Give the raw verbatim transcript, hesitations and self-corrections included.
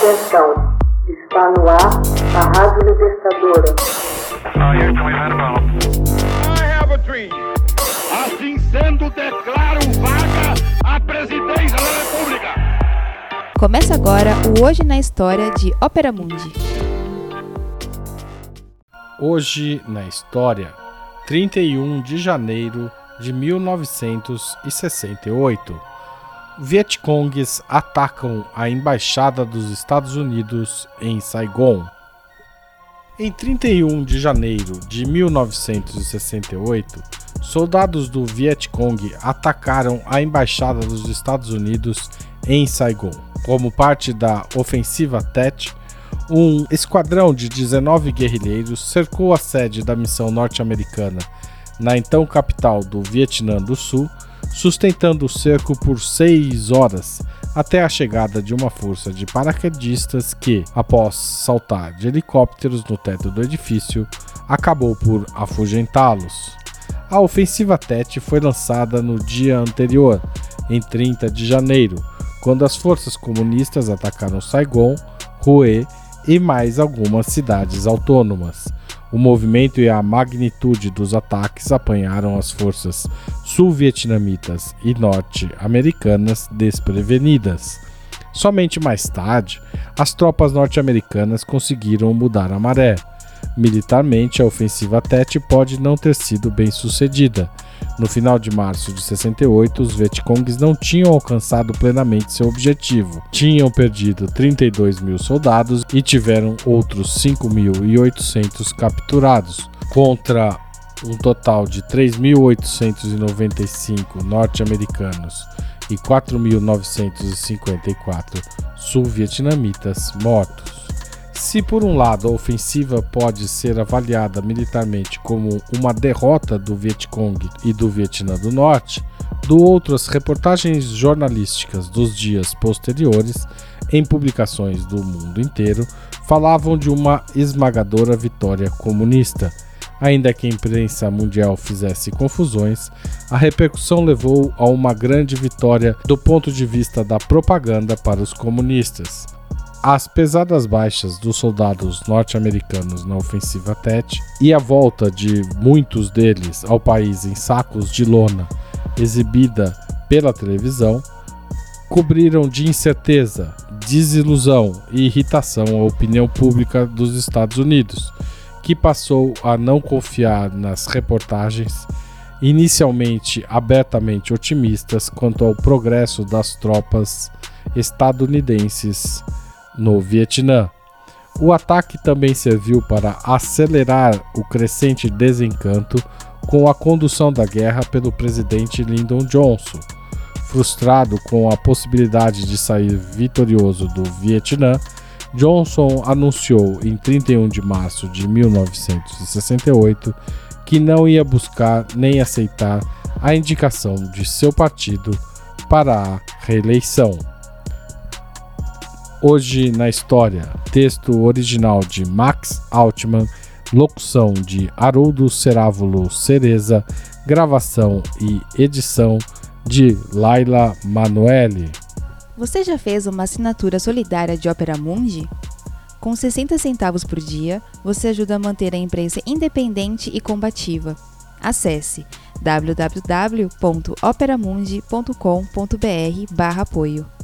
Atenção, está no ar a Rádio Libertadora. I have a dream. Assim sendo, declaro vaga a presidência da República. Começa agora o Hoje na História de Ópera Mundi. Hoje na História, trinta e um de janeiro de mil novecentos e sessenta e oito. Vietcongues atacam a Embaixada dos Estados Unidos em Saigon. Em trinta e um de janeiro de mil novecentos e sessenta e oito, soldados do Vietcong atacaram a Embaixada dos Estados Unidos em Saigon. Como parte da Ofensiva Tet, um esquadrão de dezenove guerrilheiros cercou a sede da missão norte-americana na então capital do Vietnã do Sul, sustentando o cerco por seis horas até a chegada de uma força de paraquedistas que, após saltar de helicópteros no teto do edifício, acabou por afugentá-los. A ofensiva Tet foi lançada no dia anterior, em trinta de janeiro, quando as forças comunistas atacaram Saigon, Hue e mais algumas cidades autônomas. O movimento e a magnitude dos ataques apanharam as forças sul-vietnamitas e norte-americanas desprevenidas. Somente mais tarde, as tropas norte-americanas conseguiram mudar a maré. Militarmente, a ofensiva Tet pode não ter sido bem sucedida. No final de março de sessenta e oito, os Vietcongues não tinham alcançado plenamente seu objetivo. Tinham perdido trinta e dois mil soldados e tiveram outros cinco mil e oitocentos capturados, contra um total de três mil oitocentos e noventa e cinco norte-americanos e quatro mil novecentos e cinquenta e quatro sul-vietnamitas mortos. Se por um lado a ofensiva pode ser avaliada militarmente como uma derrota do Vietcong e do Vietnã do Norte, do outro as reportagens jornalísticas dos dias posteriores, em publicações do mundo inteiro, falavam de uma esmagadora vitória comunista. Ainda que a imprensa mundial fizesse confusões, a repercussão levou a uma grande vitória do ponto de vista da propaganda para os comunistas. As pesadas baixas dos soldados norte-americanos na ofensiva Tet e a volta de muitos deles ao país em sacos de lona, exibida pela televisão, cobriram de incerteza, desilusão e irritação a opinião pública dos Estados Unidos, que passou a não confiar nas reportagens, inicialmente abertamente otimistas quanto ao progresso das tropas estadunidenses no Vietnã. O ataque também serviu para acelerar o crescente desencanto com a condução da guerra pelo presidente Lyndon Johnson. Frustrado com a possibilidade de sair vitorioso do Vietnã, Johnson anunciou em trinta e um de março de mil novecentos e sessenta e oito que não ia buscar nem aceitar a indicação de seu partido para a reeleição. Hoje na História, texto original de Max Altman, locução de Haroldo Cerávulo Cereza, gravação e edição de Laila Manoeli. Você já fez uma assinatura solidária de Ópera Mundi? Com sessenta centavos por dia, você ajuda a manter a imprensa independente e combativa. Acesse w w w ponto operamundi ponto com ponto b r barra apoio.